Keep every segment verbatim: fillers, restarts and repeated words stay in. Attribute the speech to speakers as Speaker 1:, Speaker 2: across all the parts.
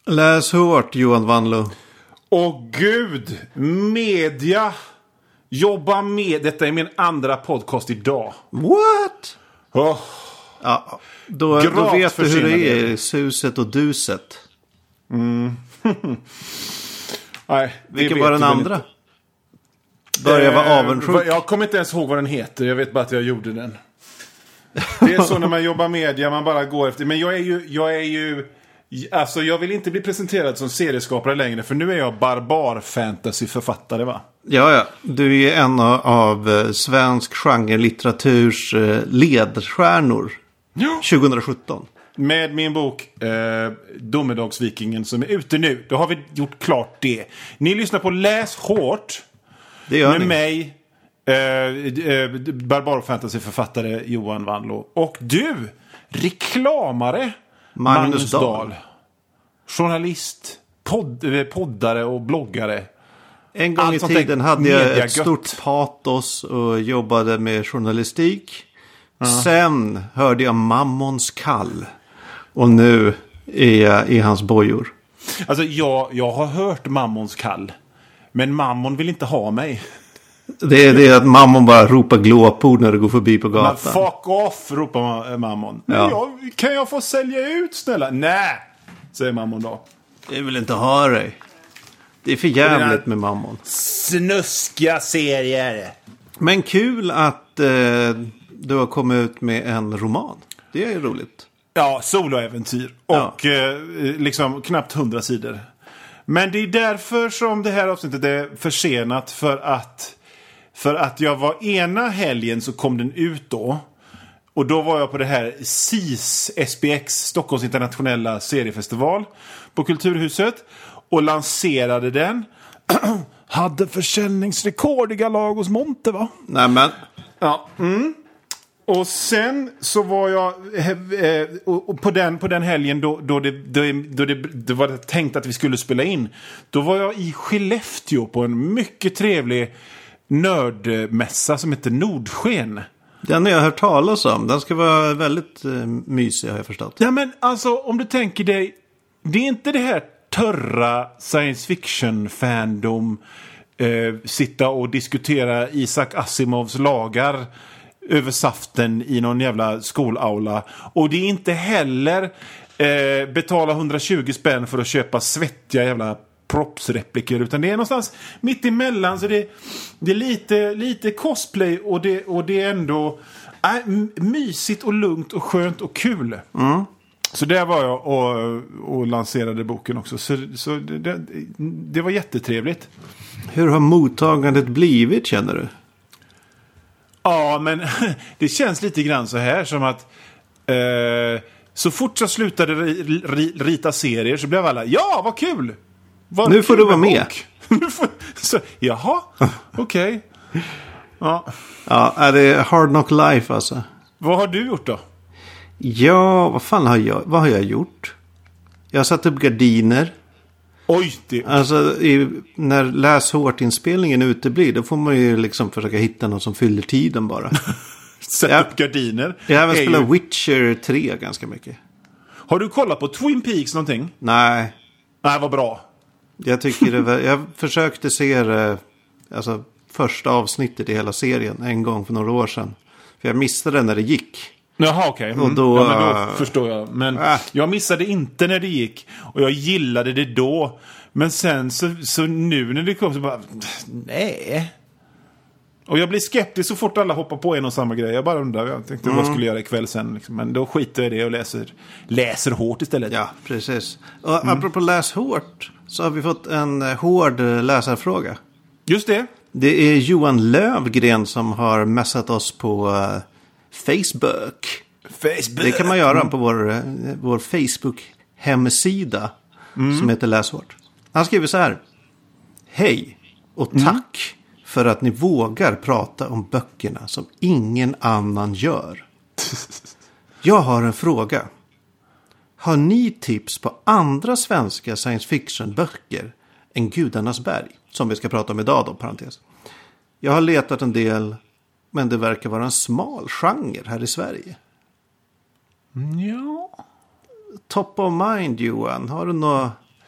Speaker 1: Läs hårt, Johan Vanlo.
Speaker 2: Åh gud, media. Jobba med. Detta är min andra podcast idag.
Speaker 1: What?
Speaker 2: Oh.
Speaker 1: Ja, då, då vet du hur det är i suset och duset.
Speaker 2: Mm. Nej,
Speaker 1: vilken var den andra? Börjar vara
Speaker 2: eh,
Speaker 1: avundsjuk.
Speaker 2: Jag kommer inte ens ihåg vad den heter. Jag vet bara att jag gjorde den. Det är så när man jobbar media, man bara går efter. Men jag är ju, jag är ju alltså jag vill inte bli presenterad som serieskapare längre. För nu är jag barbar-fantasy-författare, va?
Speaker 1: Ja, ja. Du är en av, av svensk genre-litteraturs eh, ledstjärnor.
Speaker 2: Ja.
Speaker 1: tjugohundrasjutton.
Speaker 2: Med min bok eh, Domedagsvikingen som är ute nu. Då har vi gjort klart det. Ni lyssnar på Läs hårt.
Speaker 1: Det gör
Speaker 2: med
Speaker 1: ni.
Speaker 2: mig, eh, eh, barbar-fantasy-författare Johan Vanlo. Och du, reklamare
Speaker 1: Magnus,
Speaker 2: Magnus
Speaker 1: Dahl.
Speaker 2: Dahl. Journalist, podd, poddare och bloggare.
Speaker 1: En gång
Speaker 2: Allt
Speaker 1: i
Speaker 2: sånt
Speaker 1: tiden
Speaker 2: där
Speaker 1: hade jag ett
Speaker 2: mediagött.
Speaker 1: stort patos och jobbade med journalistik. Uh-huh. Sen hörde jag Mammons kall. Och nu är jag i hans bojor.
Speaker 2: Alltså jag, jag har hört Mammons kall. Men Mammon vill inte ha mig.
Speaker 1: Det är det att Mammon bara ropar glåpord när du går förbi på gatan.
Speaker 2: Men fuck off, ropar Mammon. Men
Speaker 1: Ja.
Speaker 2: jag, kan jag få sälja ut, snälla? Nej, säger Mammon då.
Speaker 1: Jag vill inte ha dig. Det är för jävligt med Mammon.
Speaker 2: Snuskiga serier.
Speaker 1: Men kul att eh, du har kommit ut med en roman. Det är roligt.
Speaker 2: Ja, soloäventyr. Och ja. eh, liksom knappt hundra sidor. Men det är därför som det här avsnittet är försenat. För att, för att jag var ena helgen så kom den ut då. Och då var jag på det här S I S, S B X, Stockholms internationella seriefestival på Kulturhuset. Och lanserade den. Hade försäljningsrekord i Galagos Monte, va?
Speaker 1: Nämen.
Speaker 2: Ja. Mm. Och sen så var jag eh, och på den på den helgen då då det då, då det, det var tänkt att vi skulle spela in. Då var jag i Skellefteå på en mycket trevlig nördmässa som heter Nordsken.
Speaker 1: Den har jag hört talas om. Den ska vara väldigt eh, mysig, har jag förstått.
Speaker 2: Ja, men alltså om du tänker dig, det är inte det här törra science fiction fandom eh, sitta och diskutera Isaac Asimovs lagar över saften i någon jävla skolaula. Och det är inte heller eh, betala hundratjugo spänn för att köpa svettiga jävla propsrepliker, utan det är någonstans mitt emellan, så det, det är lite, lite cosplay och det, och det är ändå äh, mysigt och lugnt och skönt och kul.
Speaker 1: Mm.
Speaker 2: Så där var jag och, och lanserade boken också. Så, så det, det, det var jättetrevligt.
Speaker 1: Hur har mottagandet blivit, känner du?
Speaker 2: Ja, men det känns lite grann så här som att eh, så fort jag slutade rita serier så blev alla, ja, vad kul! Vad
Speaker 1: nu får
Speaker 2: kul
Speaker 1: du vara med.
Speaker 2: med. får, så, jaha, okej. Okay. Ja.
Speaker 1: Ja, är det hard knock life alltså?
Speaker 2: Vad har du gjort då?
Speaker 1: Ja, vad fan har jag, vad har jag gjort? Jag har satt upp gardiner.
Speaker 2: Oj, det...
Speaker 1: Alltså, i, när Läs hårt-inspelningen uteblir, då får man ju liksom försöka hitta någon som fyller tiden bara.
Speaker 2: Sätt
Speaker 1: jag,
Speaker 2: upp gardiner.
Speaker 1: Jag har även spelat
Speaker 2: ju...
Speaker 1: Witcher tre ganska mycket.
Speaker 2: Har du kollat på Twin Peaks någonting?
Speaker 1: Nej.
Speaker 2: Nej, vad bra.
Speaker 1: Jag tycker det var, jag försökte se det, alltså första avsnittet i hela serien en gång för några år sedan. För jag missade det när det gick.
Speaker 2: Jaha, okej. Okay. Mm. Ja, men då förstår jag. Men äh. jag missade inte när det gick. Och jag gillade det då. Men sen så, så nu när det kom så bara, nej. Och jag blir skeptisk så fort alla hoppar på en och samma grej. Jag bara undrar, jag tänkte mm. vad skulle jag göra ikväll sen. Liksom. Men då skiter jag i det och läser, läser hårt istället.
Speaker 1: Ja, precis. Och mm. apropå läs hårt så har vi fått en hård läsarfråga.
Speaker 2: Just det.
Speaker 1: Det är Johan Lövgren som har messat oss på uh, Facebook.
Speaker 2: Facebook.
Speaker 1: Det kan man göra på vår, vår Facebook-hemsida mm. som heter Läs hårt. Han skriver så här. Hej och tack mm. för att ni vågar prata om böckerna som ingen annan gör. Jag har en fråga. Har ni tips på andra svenska science fiction-böcker än Gudarnas berg? Som vi ska prata om idag då, parentes. Jag har letat en del, men det verkar vara en smal genre här i Sverige.
Speaker 2: Ja.
Speaker 1: Top of mind, Johan. Har du några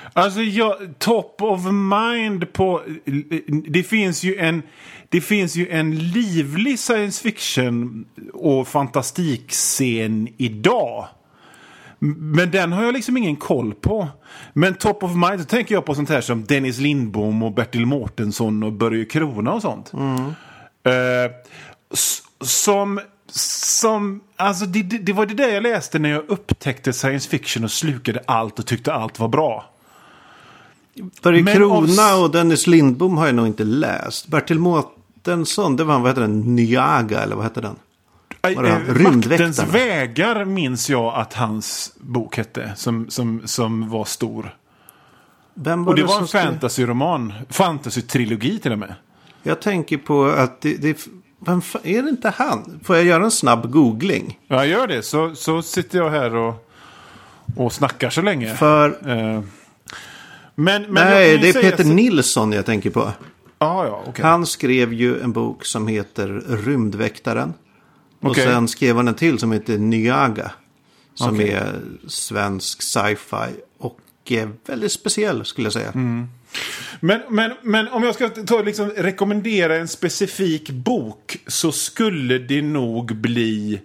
Speaker 2: Alltså, jag, top of mind på... Det finns ju en... Det finns ju en livlig science fiction och fantastikscen idag. Men den har jag liksom ingen koll på. Men top of mind, så tänker jag på sånt här som Dennis Lindbom och Bertil Mårtensson och Börje Krona och sånt.
Speaker 1: Mm.
Speaker 2: Uh, som... som alltså det, det, det var det där jag läste när jag upptäckte science fiction och slukade allt och tyckte allt var bra.
Speaker 1: Börje
Speaker 2: Men
Speaker 1: Krona
Speaker 2: av...
Speaker 1: och Dennis Lindbom har jag nog inte läst. Bertil Mårtensson, det var han, vad heter den? Nyaga, eller vad heter den?
Speaker 2: Äh, Maktens vägar minns jag att hans bok hette, som, som, som var stor.
Speaker 1: Vem var
Speaker 2: och det,
Speaker 1: det
Speaker 2: var en
Speaker 1: skulle...
Speaker 2: fantasy-roman, fantasy-trilogi till och med.
Speaker 1: Jag tänker på att det, det vem fan, är det inte han? Får jag göra en snabb googling?
Speaker 2: Ja, gör det. Så, så sitter jag här och, och snackar så länge.
Speaker 1: För...
Speaker 2: Uh, men, men
Speaker 1: Nej, det är Peter
Speaker 2: så...
Speaker 1: Nilsson jag tänker på.
Speaker 2: Ah, ja, okay.
Speaker 1: Han skrev ju en bok som heter Rymdväktaren. Och
Speaker 2: okay.
Speaker 1: sen skrev han en till som heter Nyaga. Som
Speaker 2: okay.
Speaker 1: är svensk sci-fi. Och är väldigt speciell, skulle jag säga.
Speaker 2: Mm. Men, men, men om jag ska ta, liksom, rekommendera en specifik bok, så skulle det nog bli...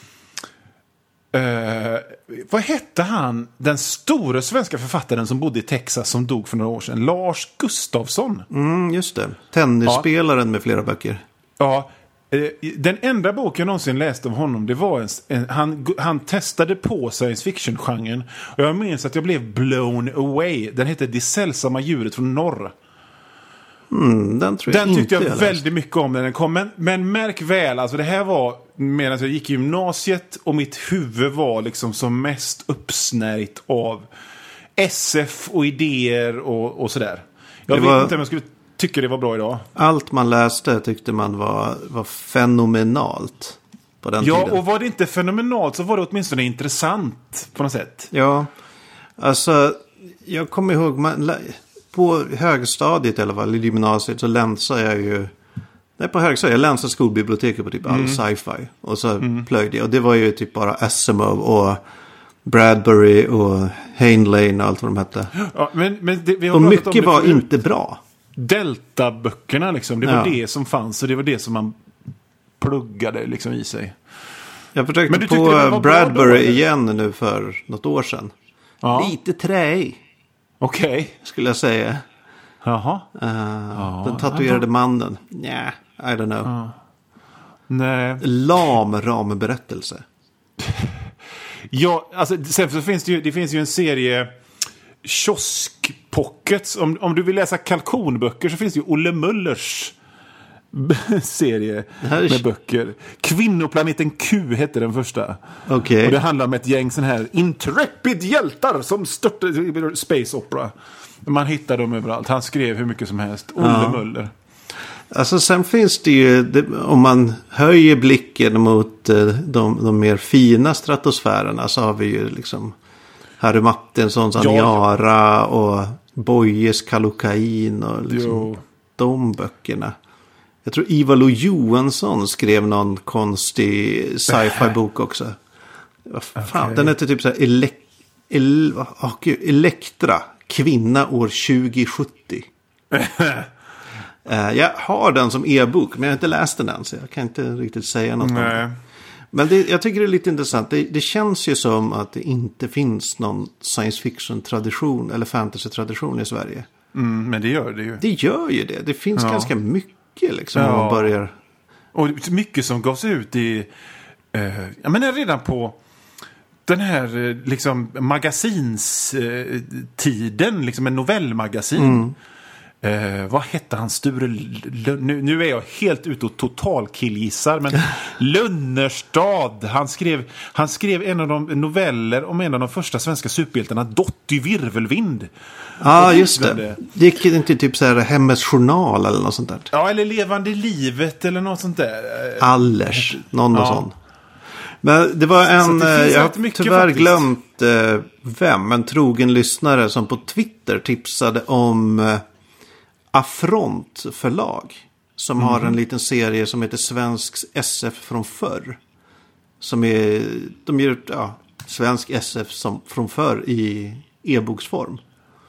Speaker 2: Uh, vad hette han? Den stora svenska författaren som bodde i Texas, som dog för några år sedan. Lars Gustafsson.
Speaker 1: Mm, just det. Tennisspelaren ja. Med flera böcker.
Speaker 2: Ja. Den enda boken jag någonsin läste av honom, det var en, en, han, han testade på science fiction-genren. Och jag minns att jag blev blown away. Den heter Det sällsamma djuret från norr.
Speaker 1: Mm, den tror jag
Speaker 2: den tyckte
Speaker 1: inte
Speaker 2: jag, jag väldigt mycket om när den kom. Men, men märk väl, alltså det här var medan jag gick i gymnasiet och mitt huvud var liksom som mest uppsnärjt av S F och idéer och, och sådär. Jag det vet var... inte om jag skulle tycker det var bra idag.
Speaker 1: Allt man läste tyckte man var, var fenomenalt på den
Speaker 2: ja,
Speaker 1: tiden.
Speaker 2: Ja, och var det inte fenomenalt så var det åtminstone intressant på något sätt.
Speaker 1: Ja, alltså jag kommer ihåg man, på högstadiet i alla fall, i gymnasiet så länsade jag ju nej, på högstadiet, jag länsade skolbiblioteket på typ all mm. sci-fi. Och så mm. plöjde jag. Och det var ju typ bara Asimov och Bradbury och Heinlein och allt vad de hette.
Speaker 2: Ja, men, men det, vi har
Speaker 1: och mycket
Speaker 2: om
Speaker 1: var
Speaker 2: förut.
Speaker 1: Inte bra.
Speaker 2: Delta-böckerna liksom, det var
Speaker 1: ja.
Speaker 2: det som fanns och det var det som man pluggade liksom i sig.
Speaker 1: Jag försökte på Bradbury igen nu för något år sedan. Ja. Lite träig.
Speaker 2: Okej. Okay.
Speaker 1: Skulle jag säga.
Speaker 2: Jaha.
Speaker 1: Uh, ja, den tatuerade mannen. Nja, yeah, I don't know.
Speaker 2: Ja. Nej.
Speaker 1: Lam ramberättelse.
Speaker 2: Ja, alltså sen så finns det ju, det finns ju en serie kioskpockets. Om, om du vill läsa kalkonböcker så finns det ju Olle Möllers serie
Speaker 1: är...
Speaker 2: med böcker. Kvinnoplaneten Q hette den första.
Speaker 1: Okay.
Speaker 2: Och det handlar om ett gäng sån här intrepid hjältar som störtade space opera. Man hittar dem överallt. Han skrev hur mycket som helst. Olle ja. Möller.
Speaker 1: Alltså sen finns det ju, det, om man höjer blicken mot eh, de, de mer fina stratosfärerna så har vi ju liksom Harry Mattissons Aniara ja. Och Boyes Kallocain och liksom de böckerna. Jag tror Ivar Lo Johansson skrev någon konstig sci-fi-bok också. Fan, okay. Den heter typ så här Elek- El- oh, Gud, Elektra, kvinna år tjugo sjuttio. uh, jag har den som e-bok, men jag har inte läst den än, så jag kan inte riktigt säga något
Speaker 2: Nej.
Speaker 1: om det. Men det, jag tycker det är lite intressant. Det, det känns ju som att det inte finns någon science fiction-tradition eller fantasy-tradition i Sverige.
Speaker 2: Mm, men det gör det ju.
Speaker 1: Det gör ju det. Det finns ja. Ganska mycket liksom
Speaker 2: ja.
Speaker 1: när man börjar.
Speaker 2: Och mycket som gavs ut i eh, jag menar redan på den här liksom magasinstiden, liksom en novellmagasin.
Speaker 1: Mm.
Speaker 2: Eh, vad hette han? Sture L- nu, nu är jag helt ute och total killgissar, men Lunnerstad, han skrev, han skrev en av de noveller om en av de första svenska superhjältarna, Dotty Virvelvind.
Speaker 1: Ja, ah, just det. Det gick inte typ så här Hemmes journal eller något sånt där.
Speaker 2: Ja, eller Levande livet eller något sånt där.
Speaker 1: Allers, någon och sån. Men det var en, det jag har tyvärr faktiskt glömt eh, vem, en trogen lyssnare som på Twitter tipsade om eh, Affront förlag. Som mm. har en liten serie som heter Svensk S F från förr. Som är, de ger ja, Svensk S F som från förr i e-boksform.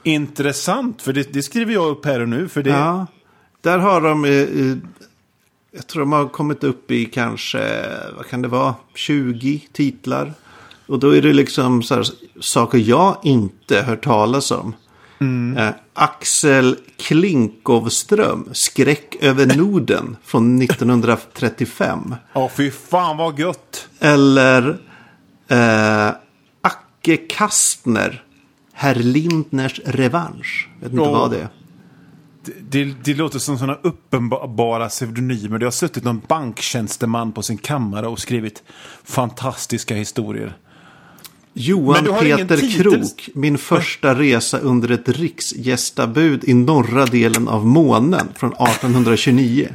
Speaker 2: Intressant, för det, det skriver jag upp här och nu. För det...
Speaker 1: Ja, där har de... Eh, jag tror de har kommit upp i kanske, vad kan det vara, tjugo titlar. Och då är det liksom så här, saker jag inte hört talas om. Mm. Eh, Axel Klinkovström, Skräck över Norden från nittonhundratrettiofem.
Speaker 2: Ja, oh, fy fan vad gött.
Speaker 1: Eller eh, Acke Kastner, Herr Lindners revansch. Vet inte oh. vad det är.
Speaker 2: Det, det, det låter som sådana uppenbara pseudonymer. Det har suttit någon banktjänsteman på sin kammare och skrivit fantastiska historier.
Speaker 1: Johan Peter Krok, min första resa under ett riksgästabud i norra delen av månen från arton tjugonio.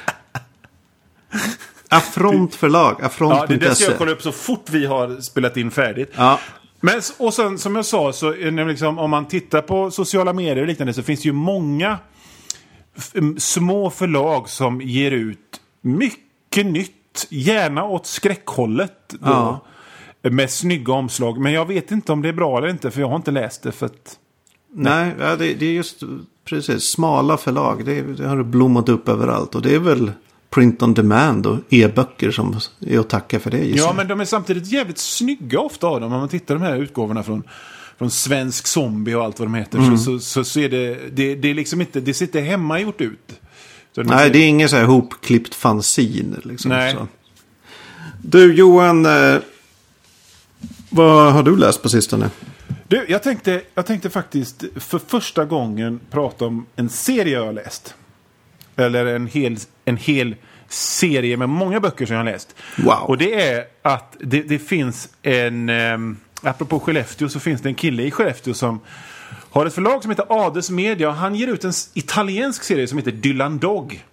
Speaker 1: Affront förlag, affront punkt se.
Speaker 2: Ja, det där ska jag kolla upp så fort vi har spelat in färdigt.
Speaker 1: Ja.
Speaker 2: Men, och sen som jag sa, så är det liksom, om man tittar på sociala medier och liknande, så finns det ju många f- små förlag som ger ut mycket nytt, gärna åt skräckhållet då, ja. Med snygga omslag. Men jag vet inte om det är bra eller inte, för jag har inte läst det. För att...
Speaker 1: Nej, ja, det, det är just precis smala förlag. Det, det har blommat upp överallt, och det är väl print on demand och e-böcker som är att tacka för det.
Speaker 2: Ja, men de är samtidigt jävligt snygga ofta av dem. Om man tittar de här utgåvorna från, från Svensk Zombie och allt vad de heter, mm. så, så, så är det, det, det är liksom inte, det sitter hemma gjort ut. Så
Speaker 1: nej,
Speaker 2: ser...
Speaker 1: det är ingen så här hopklippt fanzine. Liksom,
Speaker 2: nej.
Speaker 1: Så. Du, Johan, eh, vad har du läst på sistone?
Speaker 2: Du, jag tänkte, jag tänkte faktiskt för första gången prata om en serie jag har läst. Eller en hel, en hel serie med många böcker som jag har läst.
Speaker 1: Wow.
Speaker 2: Och det är att det, det finns en... Um, apropå Skellefteå, så finns det en kille i Skellefteå som har ett förlag som heter Ades Media. Han ger ut en italiensk serie som heter Dylan Dog.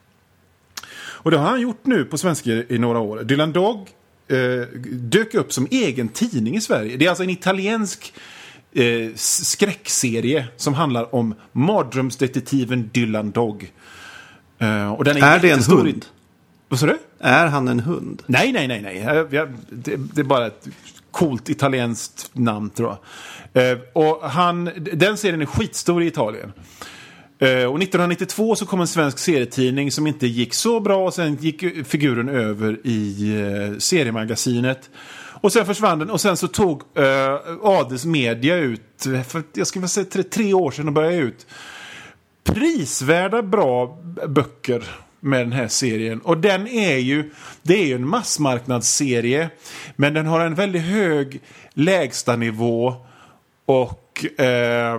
Speaker 2: Och det har han gjort nu på svenska i några år. Dylan Dog eh, dök upp som egen tidning i Sverige. Det är alltså en italiensk eh, skräckserie som handlar om mardrömsdetektiven Dylan Dog. Uh, och den är
Speaker 1: är det en hund?
Speaker 2: Vad sa du?
Speaker 1: Är han en hund?
Speaker 2: Nej, nej, nej. nej. Jag, jag, det, det är bara ett coolt italienskt namn, tror jag. Uh, och han, den serien är skitstor i Italien. Uh, och nittonhundranittiotvå så kom en svensk serietidning som inte gick så bra. Och sen gick figuren över i uh, seriemagasinet. Och sen försvann den. Och sen så tog uh, Ades Media ut, för jag skulle säga tre, tre år sedan, och började ut prisvärda bra böcker med den här serien. Och den är ju, det är ju en massmarknadsserie, men den har en väldigt hög lägstanivå. Och eh,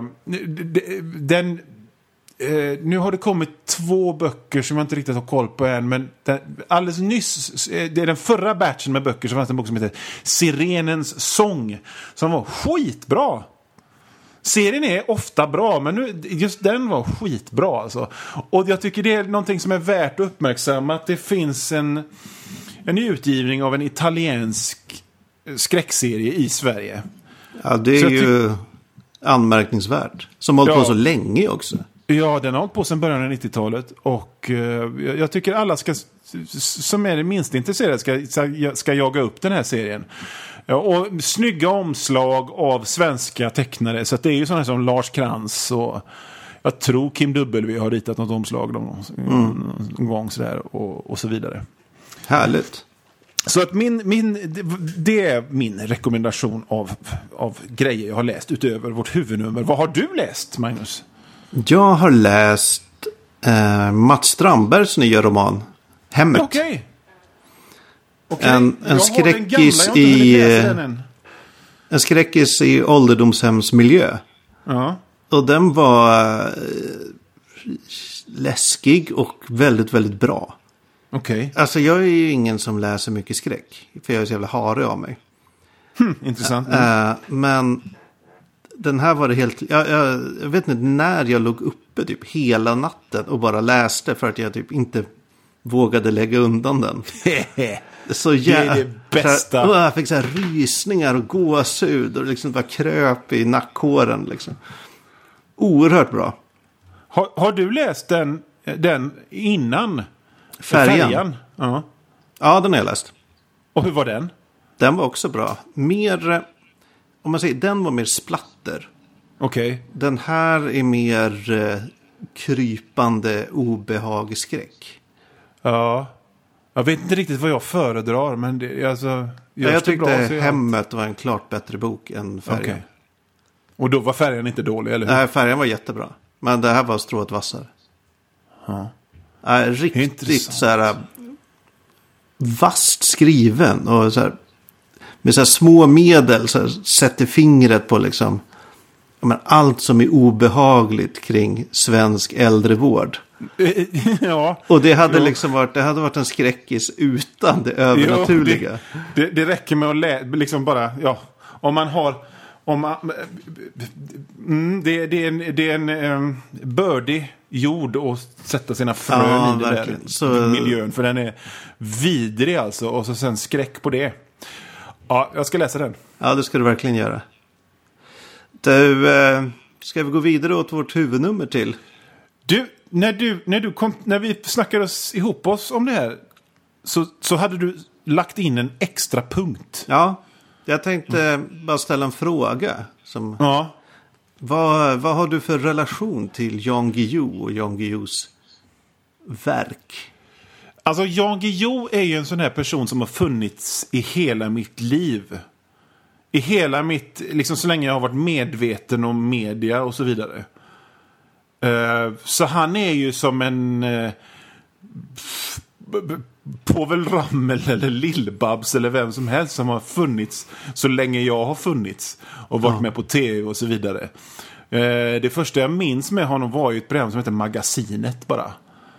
Speaker 2: den eh, nu har det kommit två böcker som jag inte riktigt har koll på än, men den, alldeles nyss, det är den förra batchen med böcker, som fanns en bok som heter Sirenens sång, som var skitbra. Serien är ofta bra, men nu, just den var skitbra alltså. Och jag tycker det är någonting som är värt att uppmärksamma, att det finns en, en utgivning av en italiensk skräckserie i Sverige.
Speaker 1: Ja, det är
Speaker 2: så
Speaker 1: ju anmärkningsvärt. Som har hållit
Speaker 2: ja,
Speaker 1: på så länge också.
Speaker 2: Ja, den har hållit på sedan början av nittiotalet. Och uh, jag tycker alla ska, som är det minst intresserade ska, ska jaga upp den här serien. Ja, och snygga omslag av svenska tecknare. Så att det är ju sådana som Lars Krantz och jag tror Kim W har ritat något omslag någon, mm. någon gång sådär, och, och så vidare.
Speaker 1: Härligt.
Speaker 2: Så att min, min, det är min rekommendation av, av grejer jag har läst utöver vårt huvudnummer. Vad har du läst, Magnus?
Speaker 1: Jag har läst eh, Mats Strandbergs nya roman Hemmet.
Speaker 2: Okej. Okay. Okay.
Speaker 1: En, en skräckis i en skräckis i ålderdomshemsmiljö.
Speaker 2: Ja.
Speaker 1: Och den var äh, läskig och väldigt, väldigt bra.
Speaker 2: Okej. Okay.
Speaker 1: Alltså jag är ju ingen som läser mycket skräck, för jag är så jävla harig av mig.
Speaker 2: Hmm, intressant.
Speaker 1: Äh, men den här var det helt... Jag, jag, jag vet inte när jag låg uppe typ hela natten och bara läste, för att jag typ inte vågade lägga undan den. Så jä-
Speaker 2: det är det bästa.
Speaker 1: Så här, jag fick så här rysningar och gåshud och liksom bara kröp i nackhåren liksom. Oerhört bra.
Speaker 2: Har, har du läst den, den innan?
Speaker 1: Färjan?
Speaker 2: Färjan? Ja.
Speaker 1: Ja, den har jag läst.
Speaker 2: Och hur var den?
Speaker 1: Den var också bra. Mer, om man säger, den var mer splatter.
Speaker 2: Okej. Okay.
Speaker 1: Den här är mer eh, krypande obehagsskräck.
Speaker 2: Ja. Jag vet inte riktigt vad jag föredrar, men det, alltså...
Speaker 1: Jag, jag tyckte
Speaker 2: bra,
Speaker 1: Hemmet var en klart bättre bok än Färjan. Okay.
Speaker 2: Och då var Färjan inte dålig, eller hur?
Speaker 1: Nej, Färjan var jättebra. Men det här var strået vassare.
Speaker 2: Ja.
Speaker 1: Äh, riktigt så här vast skriven och så här, med så här små medel så här, sätter fingret på liksom men, allt som är obehagligt kring svensk äldrevård.
Speaker 2: Ja.
Speaker 1: Och det hade
Speaker 2: jo.
Speaker 1: liksom varit, det hade varit en skräckis utan det övernaturliga.
Speaker 2: Jo, det, det, det räcker med att lä, liksom bara, ja, om man har om man, mm, det, det är en, det är en um, bördig jord att sätta sina frön ja, i den där så... miljön. För den är vidrig alltså. Och så sen skräck på det. Ja, jag ska läsa den.
Speaker 1: Ja, det ska du verkligen göra. Du, eh, ska vi gå vidare åt vårt huvudnummer till?
Speaker 2: Du, när, du, när, du kom, när vi snackade oss ihop oss om det här så, så hade du lagt in en extra punkt.
Speaker 1: Ja, jag tänkte mm. bara ställa en fråga. Som,
Speaker 2: ja.
Speaker 1: vad, vad har du för relation till Jan Guillou och Jan Guillous verk?
Speaker 2: Alltså Jan Guillou är ju en sån här person som har funnits i hela mitt liv. I hela mitt, liksom så länge jag har varit medveten om media och så vidare. Uh, så han är ju som en uh, Povel Ramel eller Lill-Babs eller vem som helst som har funnits så länge jag har funnits och varit ja. med på tv och så vidare. Uh, det första jag minns med honom var ju ett program som heter Magasinet bara.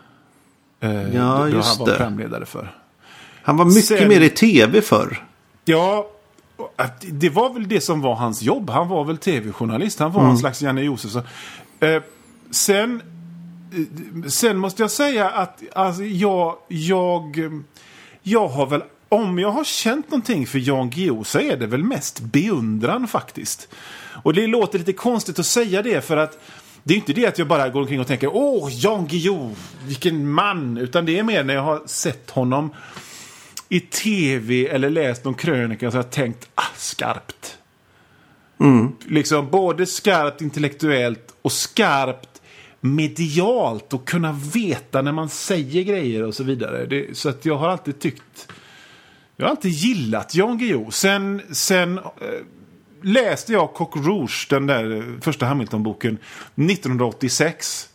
Speaker 2: Uh,
Speaker 1: ja,
Speaker 2: då, då
Speaker 1: just
Speaker 2: han var
Speaker 1: det.
Speaker 2: programledare för.
Speaker 1: Han var mycket Sen, mer i tv förr.
Speaker 2: Ja, det var väl det som var hans jobb. Han var väl tv-journalist. Han var mm. en slags Janne Josefsson. Uh, sen, sen måste jag säga att alltså, jag, jag, jag har väl, om jag har känt någonting för Jan Guillou så är det väl mest beundran faktiskt. Och det låter lite konstigt att säga det för att det är inte det att jag bara går omkring och tänker åh, Jan Guillou, vilken man. Utan det är mer när jag har sett honom i tv eller läst någon krönika så har jag tänkt, ah, skarpt.
Speaker 1: Mm.
Speaker 2: Liksom både skarpt intellektuellt och skarpt medialt och kunna veta när man säger grejer och så vidare. Det, så att jag har alltid tyckt, jag har alltid gillat Jan Guillou. Sen, sen eh, läste jag Coq Rouge, den där första Hamilton-boken nittonhundraåttiosex.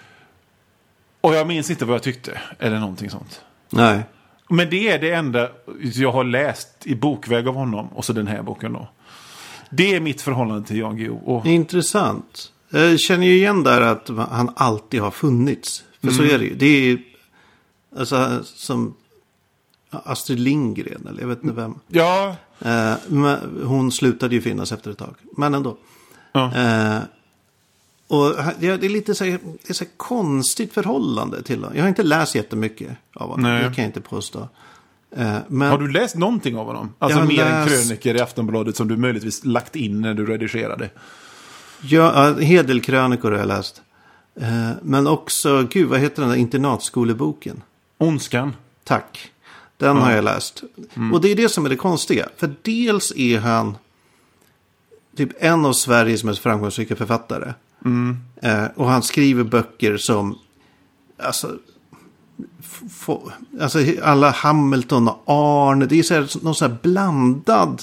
Speaker 2: Och jag minns inte vad jag tyckte eller någonting sånt.
Speaker 1: Nej.
Speaker 2: Men det är det enda jag har läst i bokväg av honom och så den här boken då. Det är mitt förhållande till Jan Guillou. Och...
Speaker 1: Intressant. Jag känner ju igen där att han alltid har funnits. För mm. så är det ju. Det är alltså som Astrid Lindgren eller jag vet inte vem.
Speaker 2: Ja.
Speaker 1: Eh, hon slutade ju finnas efter ett tag. Men ändå.
Speaker 2: Ja.
Speaker 1: Eh, och det är lite så här, det är så här konstigt förhållande till honom. Jag har inte läst jättemycket av honom. Nej. Det kan jag inte påstå. Eh, men...
Speaker 2: Har du läst någonting av honom? Alltså mer läst... än kröniker i Aftonbladet som du möjligtvis lagt in när du redigerade.
Speaker 1: Ja, Hedelkrönikor har jag läst. Eh, men också, gud, vad heter den där internatskoleboken?
Speaker 2: Ondskan.
Speaker 1: Tack. Den mm. har jag läst. Mm. Och det är det som är det konstiga. För dels är han typ en av Sveriges mest framgångsrika författare.
Speaker 2: Mm.
Speaker 1: Eh, och han skriver böcker som, alltså, f- f- alltså alla Hamilton och Arne. Det är så här, någon så här blandad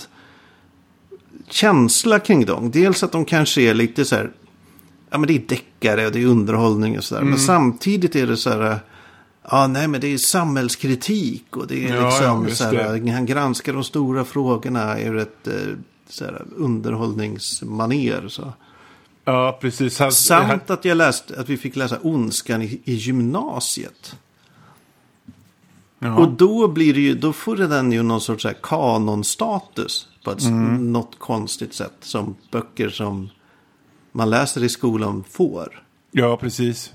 Speaker 1: känsla kring dem. Dels att de kanske är lite så här, ja men det är deckare och det är underhållning och sådär. Mm. Men samtidigt är det så här, ja nej men det är samhällskritik och det är
Speaker 2: ja,
Speaker 1: liksom
Speaker 2: ja,
Speaker 1: så här, han granskar de stora frågorna ur ett så här, underhållningsmaner så.
Speaker 2: Ja, precis. Han,
Speaker 1: Samt att jag läste att vi fick läsa Ondskan i, i gymnasiet.
Speaker 2: Jaha.
Speaker 1: Och då blir det ju, då får den ju någon sorts så här kanonstatus på ett mm. något konstigt sätt som böcker som man läser i skolan får.
Speaker 2: Ja, precis.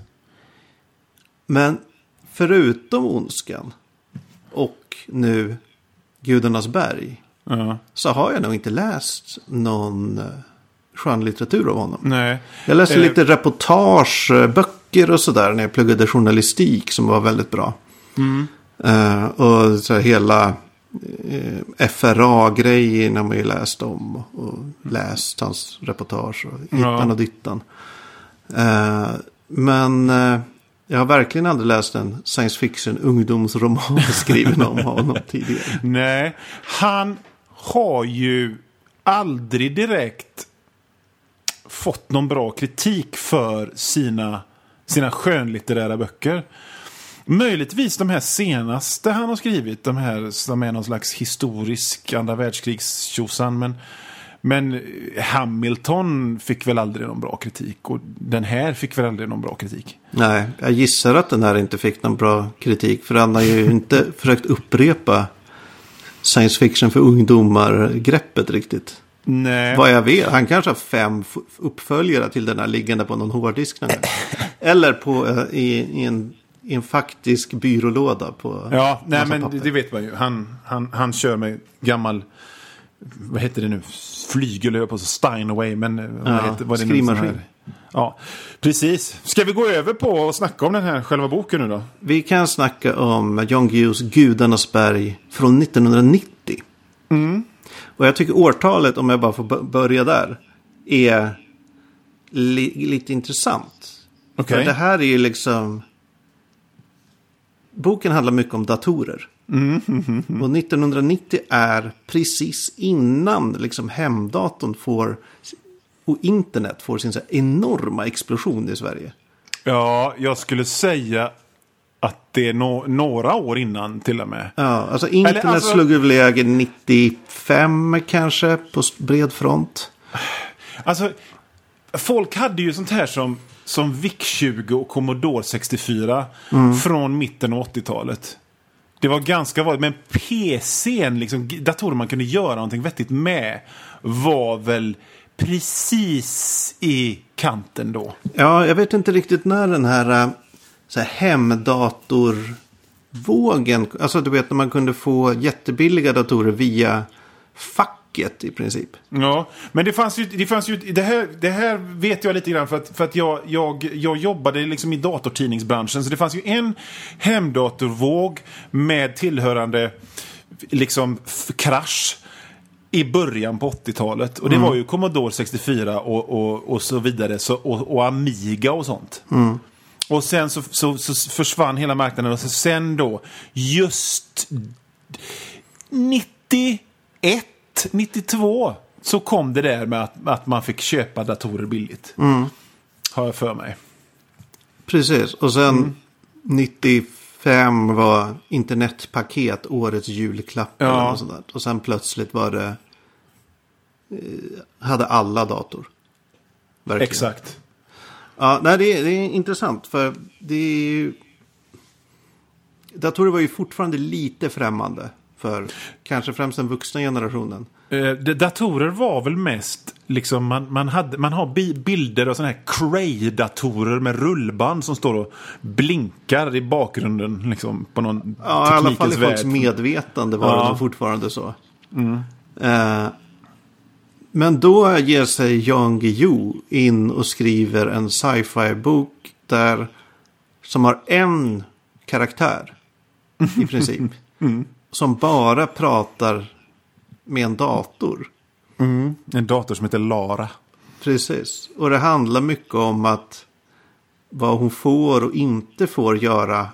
Speaker 1: Men förutom Ondskan och nu Gudarnas berg
Speaker 2: ja.
Speaker 1: så har jag nog inte läst någon skönlitteratur av honom.
Speaker 2: Nej.
Speaker 1: Jag läste
Speaker 2: eh.
Speaker 1: lite reportage, böcker och sådär när jag pluggade journalistik som var väldigt bra.
Speaker 2: Mm.
Speaker 1: Uh, och så hela eh, F R A-grejerna har man ju läst om. Och, och läst hans reportage och hittan
Speaker 2: Ja.
Speaker 1: och dittan. Eh, men eh, jag har verkligen aldrig läst en science fiction ungdomsroman skriven om honom tidigare.
Speaker 2: Nej, han har ju aldrig direkt fått någon bra kritik för sina, sina skönlitterära böcker. Möjligtvis de här senaste han har skrivit, de här som är någon slags historisk andra världskrigstjosan, men, men Hamilton fick väl aldrig någon bra kritik, och den här fick väl aldrig någon bra kritik.
Speaker 1: Nej, jag gissar att den här inte fick någon bra kritik, för han har ju inte försökt upprepa science fiction för ungdomar-greppet riktigt.
Speaker 2: Nej.
Speaker 1: Vad jag vet, han kanske har fem f- uppföljare till den här liggande på någon hårddisk någon gång. Eller på, uh, i, i, en, i en faktisk byrålåda på
Speaker 2: Ja, nej,
Speaker 1: massa
Speaker 2: men
Speaker 1: papper.
Speaker 2: det vet man ju. Han, han, han kör med gammal, vad heter det nu, flygel, jag på så Steinway, men vad
Speaker 1: Ja,
Speaker 2: heter, vad är det nu
Speaker 1: skrivmaskin.
Speaker 2: som är? Ja, precis. Ska vi gå över på och snacka om den här själva boken nu då?
Speaker 1: Vi kan snacka om Jan Guillous Gudarnas berg från nittonhundranittio.
Speaker 2: Mm.
Speaker 1: Och jag tycker årtalet, om jag bara får b- börja där, är li- lite intressant.
Speaker 2: Okej.
Speaker 1: För det här är ju liksom... Boken handlar mycket om datorer.
Speaker 2: Mm, mm, mm, mm.
Speaker 1: Och nittonhundranittio är precis innan liksom hemdatorn får... Och internet får sin så här enorma explosion i Sverige.
Speaker 2: Ja, jag skulle säga att det är no- några år innan till och med.
Speaker 1: Ja, alltså internet
Speaker 2: Eller, alltså-
Speaker 1: slog ju läge nittiofem kanske på s- bred front.
Speaker 2: Alltså, folk hade ju sånt här som, som V I C tjugo och Commodore sextiofyra från mitten av åttiotalet. Det var ganska vanligt, men P C:n, liksom, datorer man kunde göra någonting vettigt med, var väl precis i kanten då.
Speaker 1: Ja, jag vet inte riktigt när den här, äh, så här hemdatorvågen, alltså du vet när man kunde få jättebilliga datorer via facket i princip.
Speaker 2: Ja, men det fanns ju, det fanns ju det, här, det här vet jag lite grann för att, för att jag, jag, jag jobbade liksom i datortidningsbranschen, så det fanns ju en hemdatorvåg med tillhörande liksom f- krasch i början på åttiotalet. Och det
Speaker 1: Mm.
Speaker 2: var ju Commodore sextiofyra och, och, och så vidare, så, och, och Amiga och sånt.
Speaker 1: Mm.
Speaker 2: Och sen så, så, så försvann hela marknaden, och så sen då just nittioett, nittiotvå så kom det där med att, att man fick köpa datorer billigt.
Speaker 1: Mm.
Speaker 2: Har jag för mig.
Speaker 1: Precis, och sen
Speaker 2: Mm.
Speaker 1: nittiofem var internetpaket årets julklapp.
Speaker 2: Ja.
Speaker 1: Eller något sånt där. Och sen plötsligt var det, eh, hade alla dator. Verkligen.
Speaker 2: Exakt.
Speaker 1: Ja, nej, det, är, det är intressant, för det är ju... Datorer var ju fortfarande lite främmande för kanske främst den vuxna generationen.
Speaker 2: Eh, d- datorer var väl mest liksom, man, man, hade, man har bi- bilder av sådana här Cray-datorer med rullband som står och blinkar i bakgrunden liksom, på någon
Speaker 1: Ja, i alla fall i
Speaker 2: teknikens
Speaker 1: folks
Speaker 2: väg.
Speaker 1: medvetande var
Speaker 2: Ja.
Speaker 1: det fortfarande så. Eh, men då ger sig Jan Guillou in och skriver en sci-fi-bok där, som har en karaktär i princip. Som bara pratar med en dator.
Speaker 2: Mm. En dator som heter Lara.
Speaker 1: Precis. Och det handlar mycket om att vad hon får och inte får göra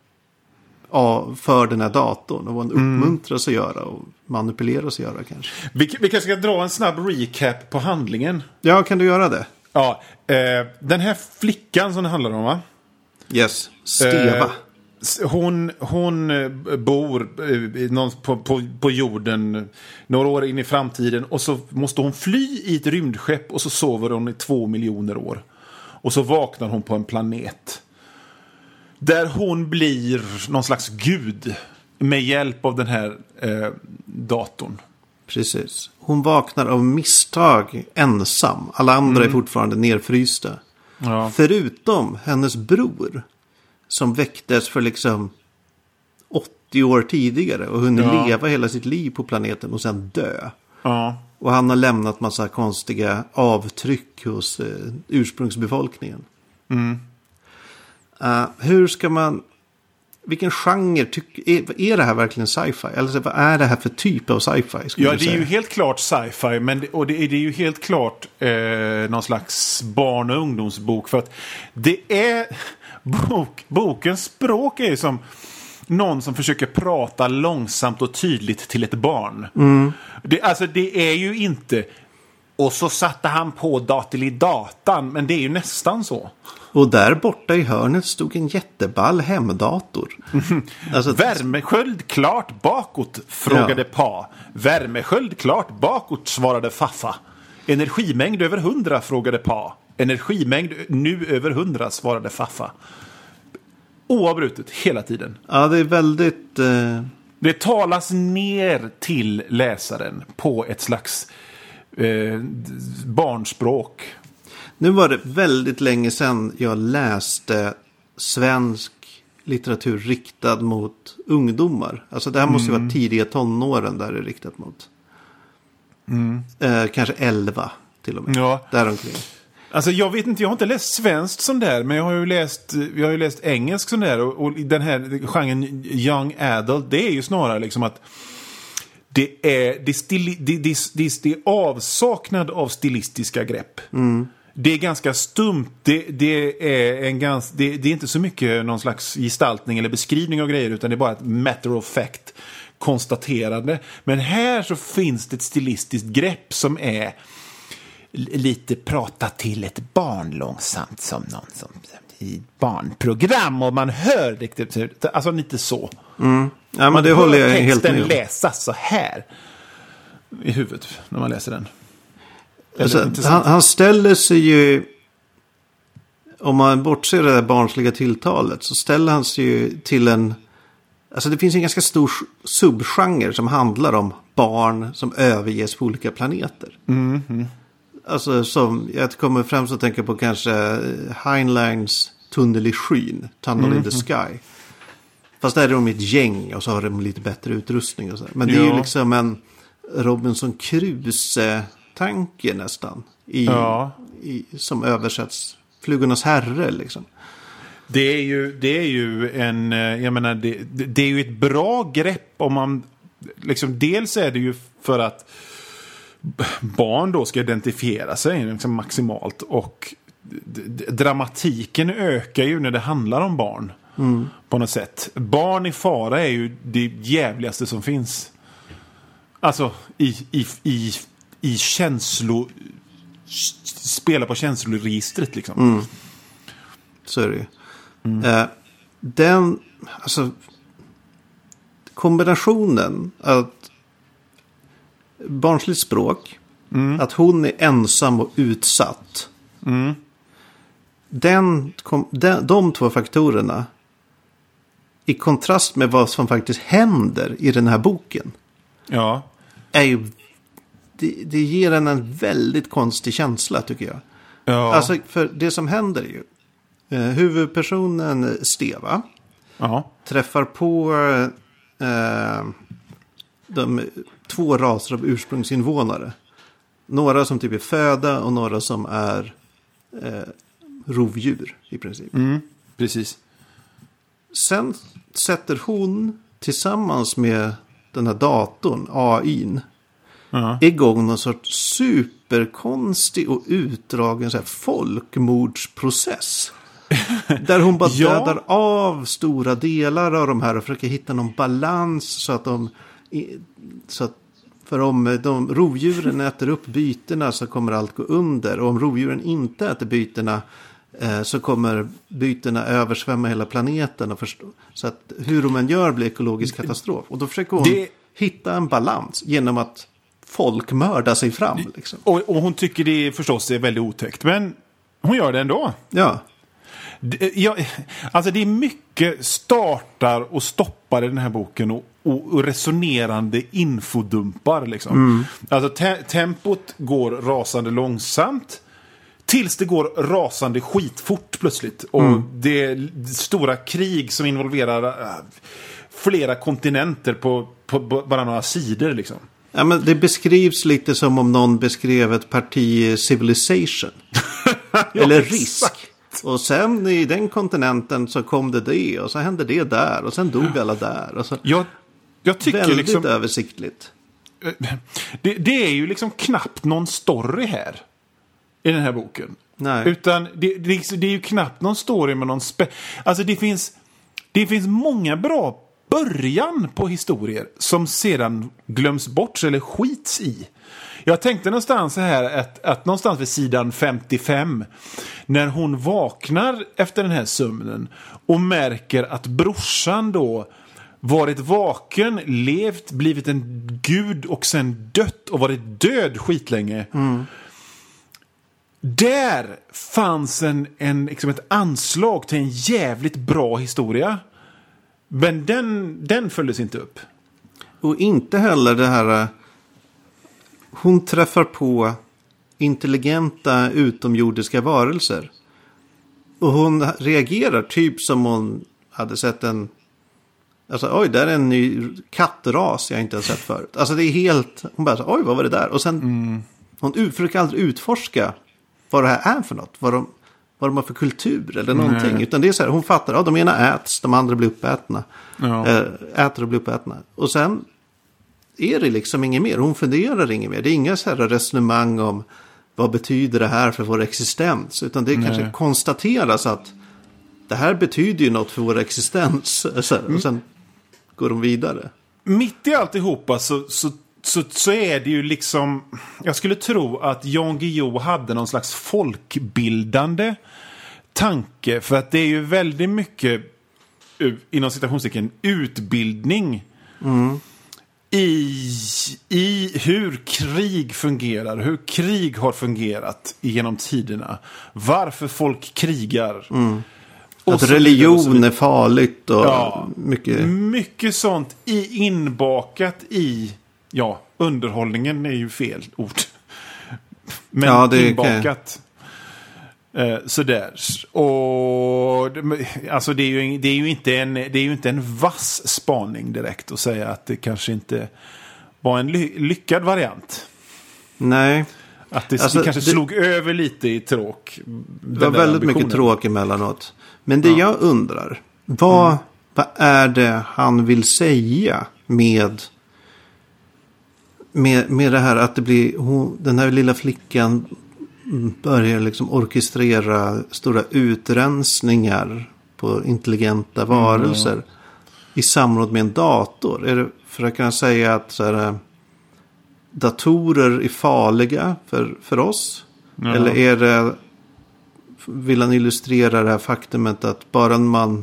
Speaker 1: ja, för den här datorn. Och vad hon uppmuntras att göra och manipuleras att göra kanske.
Speaker 2: Vi, vi kanske ska dra en snabb recap på handlingen.
Speaker 1: Ja, kan du göra det?
Speaker 2: Ja, eh, den här flickan som det handlar om, va?
Speaker 1: Yes. Steva.
Speaker 2: Eh, s- Hon, hon eh, bor eh, i någon, på, på, på jorden några år in i framtiden, och så måste hon fly i ett rymdskepp, och så sover hon i två miljoner år. Och så vaknar hon på en planet där hon blir någon slags gud med hjälp av den här eh, datorn.
Speaker 1: Precis. Hon vaknar av misstag ensam. Alla andra är fortfarande nerfrysta.
Speaker 2: Ja.
Speaker 1: Förutom hennes bror. Som väcktes för liksom åttio år tidigare. Och hunnit
Speaker 2: Ja.
Speaker 1: leva hela sitt liv på planeten och sen dö.
Speaker 2: Ja.
Speaker 1: Och han har lämnat massa konstiga avtryck hos eh, ursprungsbefolkningen.
Speaker 2: Mm.
Speaker 1: Uh, hur ska man... vilken genre tyck, är, är det här verkligen sci-fi? Eller vad är det här för typ av sci-fi?
Speaker 2: Ja, det är ju helt klart sci-fi, men det, och det är, det är ju helt klart eh, någon slags barn- och ungdomsbok. För att det är... Bok, bokens språk är ju som någon som försöker prata långsamt och tydligt till ett barn.
Speaker 1: Mm.
Speaker 2: Det, alltså det är ju inte... Och så satte han på datilidatan, men det är ju nästan så.
Speaker 1: Och där borta i hörnet stod en jätteball hemdator.
Speaker 2: Mm. Alltså, värmesköld klart bakåt, frågade ja. Pa. Värmesköld klart bakåt, svarade Faffa. Energimängd över hundra, frågade Pa. Energimängd nu över hundra, svarade Faffa. Oavbrutet, hela tiden.
Speaker 1: Ja, det är väldigt... Eh...
Speaker 2: Det talas ner till läsaren på ett slags eh, barnspråk.
Speaker 1: Nu var det väldigt länge sedan jag läste svensk litteratur riktad mot ungdomar. Alltså det här måste mm. vara tidiga tonåren där det är riktat mot.
Speaker 2: Mm.
Speaker 1: Eh, kanske elva till och med.
Speaker 2: Ja.
Speaker 1: Däromkring.
Speaker 2: Alltså jag vet inte, jag har inte läst svenskt sån där, men jag har ju läst, jag har ju läst engelsk sån där, och, och den här genren young adult, det är ju snarare liksom att det är det, stili, det, det, det, det är avsaknad av stilistiska grepp.
Speaker 1: Mm.
Speaker 2: Det är ganska stumt, det, det är en gans, det, det är inte så mycket någon slags gestaltning eller beskrivning av grejer, utan det är bara ett matter of fact konstaterande. Men här så finns det ett stilistiskt grepp som är lite prata till ett barn långsamt som någon som i barnprogram, och man hör riktigt, alltså lite så.
Speaker 1: Mm. Ja, men det håller jag helt med om.
Speaker 2: Läsas så här i huvudet när man läser den.
Speaker 1: Alltså, han, han ställer sig ju, om man bortser det där barnsliga tilltalet, så ställer han sig ju till en, alltså det finns en ganska stor subgenre som handlar om barn som överges på olika planeter.
Speaker 2: Mm, mm.
Speaker 1: Alltså som, jag kommer främst att tänka på kanske Heinleins Tunnel i skyn, Tunnel mm, in the Sky. Fast där är de ett gäng och så har de lite bättre utrustning och så. Men det ja. är ju liksom en Robinson Crusoe-tanke nästan. I,
Speaker 2: ja.
Speaker 1: i, som översätts Flugornas herre liksom.
Speaker 2: Det är ju, det är ju en, jag menar, det, det är ju ett bra grepp om man, liksom, dels är det ju för att barn då ska identifiera sig liksom maximalt, och d- dramatiken ökar ju när det handlar om barn. Mm. På något sätt. Barn i fara är ju det jävligaste som finns. Alltså i, i, i, i känslo spela på känsloregistret liksom.
Speaker 1: Mm. Så är det ju. Mm. Eh, den, alltså kombinationen att barnsligt språk, mm. att hon är ensam och utsatt.
Speaker 2: Mm.
Speaker 1: Den, de, de två faktorerna i kontrast med vad som faktiskt händer i den här boken.
Speaker 2: Ja.
Speaker 1: Är ju, det, det ger en en väldigt konstig känsla tycker jag.
Speaker 2: Ja.
Speaker 1: Alltså för det som händer är ju eh, huvudpersonen Steva
Speaker 2: ja.
Speaker 1: träffar på eh, de två raser av ursprungsinvånare. Några som typ är föda och några som är eh, rovdjur i princip.
Speaker 2: Mm, precis.
Speaker 1: Sen sätter hon tillsammans med den här datorn, A I:n, uh-huh. igång någon sorts superkonstig och utdragen så här, folkmordsprocess. Där hon bara ja. dödar av stora delar av de här och försöker hitta någon balans så att de... Så att för om de rovdjuren äter upp bytena så kommer allt gå under. Och om rovdjuren inte äter bytena eh, så kommer bytena översvämma hela planeten. Och förstå, så att hur de än gör blir ekologisk katastrof. Och då försöker hon det... hitta en balans genom att folk mördar sig fram. Liksom.
Speaker 2: Och, och hon tycker det förstås är väldigt otäckt. Men hon gör det ändå.
Speaker 1: Ja.
Speaker 2: Det, ja, alltså det är mycket startar och stoppar i den här boken och, och, och resonerande infodumpar liksom. Mm. Alltså te- tempot går rasande långsamt tills det går rasande skitfort plötsligt. Och mm. det är stora krig som involverar äh, flera kontinenter på, på, på bara några sidor liksom.
Speaker 1: Ja, men det beskrivs lite som om någon beskrev ett parti Civilization. Ja, eller Risk. Och sen i den kontinenten så kom det det. Och så hände det där. Och sen dog alla där. Och så,
Speaker 2: jag, jag tycker
Speaker 1: väldigt
Speaker 2: liksom...
Speaker 1: översiktligt.
Speaker 2: Det, det är ju liksom knappt någon story här. I den här boken.
Speaker 1: Nej.
Speaker 2: Utan det, det, det är ju knappt någon story med någon... Spe... Alltså det finns... Det finns många bra början på historier som sedan glöms bort eller skits i. Jag tänkte någonstans så här att, att någonstans vid sidan femtiofem när hon vaknar efter den här sömnen och märker att brorsan då varit vaken, levt, blivit en gud och sen dött och varit död skitlänge. Mm. Där fanns en, en, liksom ett anslag till en jävligt bra historia. Men den, den följdes inte upp.
Speaker 1: Och inte heller det här... Hon träffar på intelligenta utomjordiska varelser. Och hon reagerar typ som hon hade sett en... Alltså, oj, där är en ny kattras jag inte har sett förut. Alltså, det är helt... Hon bara, oj, vad var det där? Och sen... Mm. Hon försöker aldrig utforska vad det här är för något. Vad de, vad de har för kultur eller någonting. Nej. Utan det är så här, hon fattar, ja, de ena äts, de andra blir uppätna. Ja. Äter och blir uppätna. Och sen är det liksom inget mer. Hon funderar inget mer. Det är inga så här resonemang om vad betyder det här för vår existens. Utan det kanske Nej. konstateras att det här betyder ju något för vår existens. Så här, och sen går de vidare.
Speaker 2: Mitt i alltihopa så... så... Så, så är det ju liksom... Jag skulle tro att Jan Guillou hade någon slags folkbildande tanke. För att det är ju väldigt mycket, inom citationstecken, utbildning mm. i, i hur krig fungerar. Hur krig har fungerat genom tiderna. Varför folk krigar.
Speaker 1: Mm. Att religion är farligt och
Speaker 2: ja,
Speaker 1: mycket...
Speaker 2: Mycket sånt i, inbakat i... Ja, underhållningen är ju fel ord. Men ja, det inbakat. Okay. Eh, sådär. Och alltså det är ju, det är ju inte en det är ju inte en vass spaning direkt att säga att det kanske inte var en ly- lyckad variant.
Speaker 1: Nej.
Speaker 2: Att det, alltså, det kanske det, slog över lite i tråk.
Speaker 1: Det var väldigt ambitionen. Mycket tråk emellanåt. Men det ja. jag undrar, vad, mm. vad är det han vill säga med Med, med det här att det blir hon, den här lilla flickan börjar liksom orkestrera stora utrensningar på intelligenta varelser mm. i samråd med en dator. Är det för att kunna säga att så här, datorer är farliga för, för oss? Mm. Eller är det, vill han illustrera det här faktumet att bara man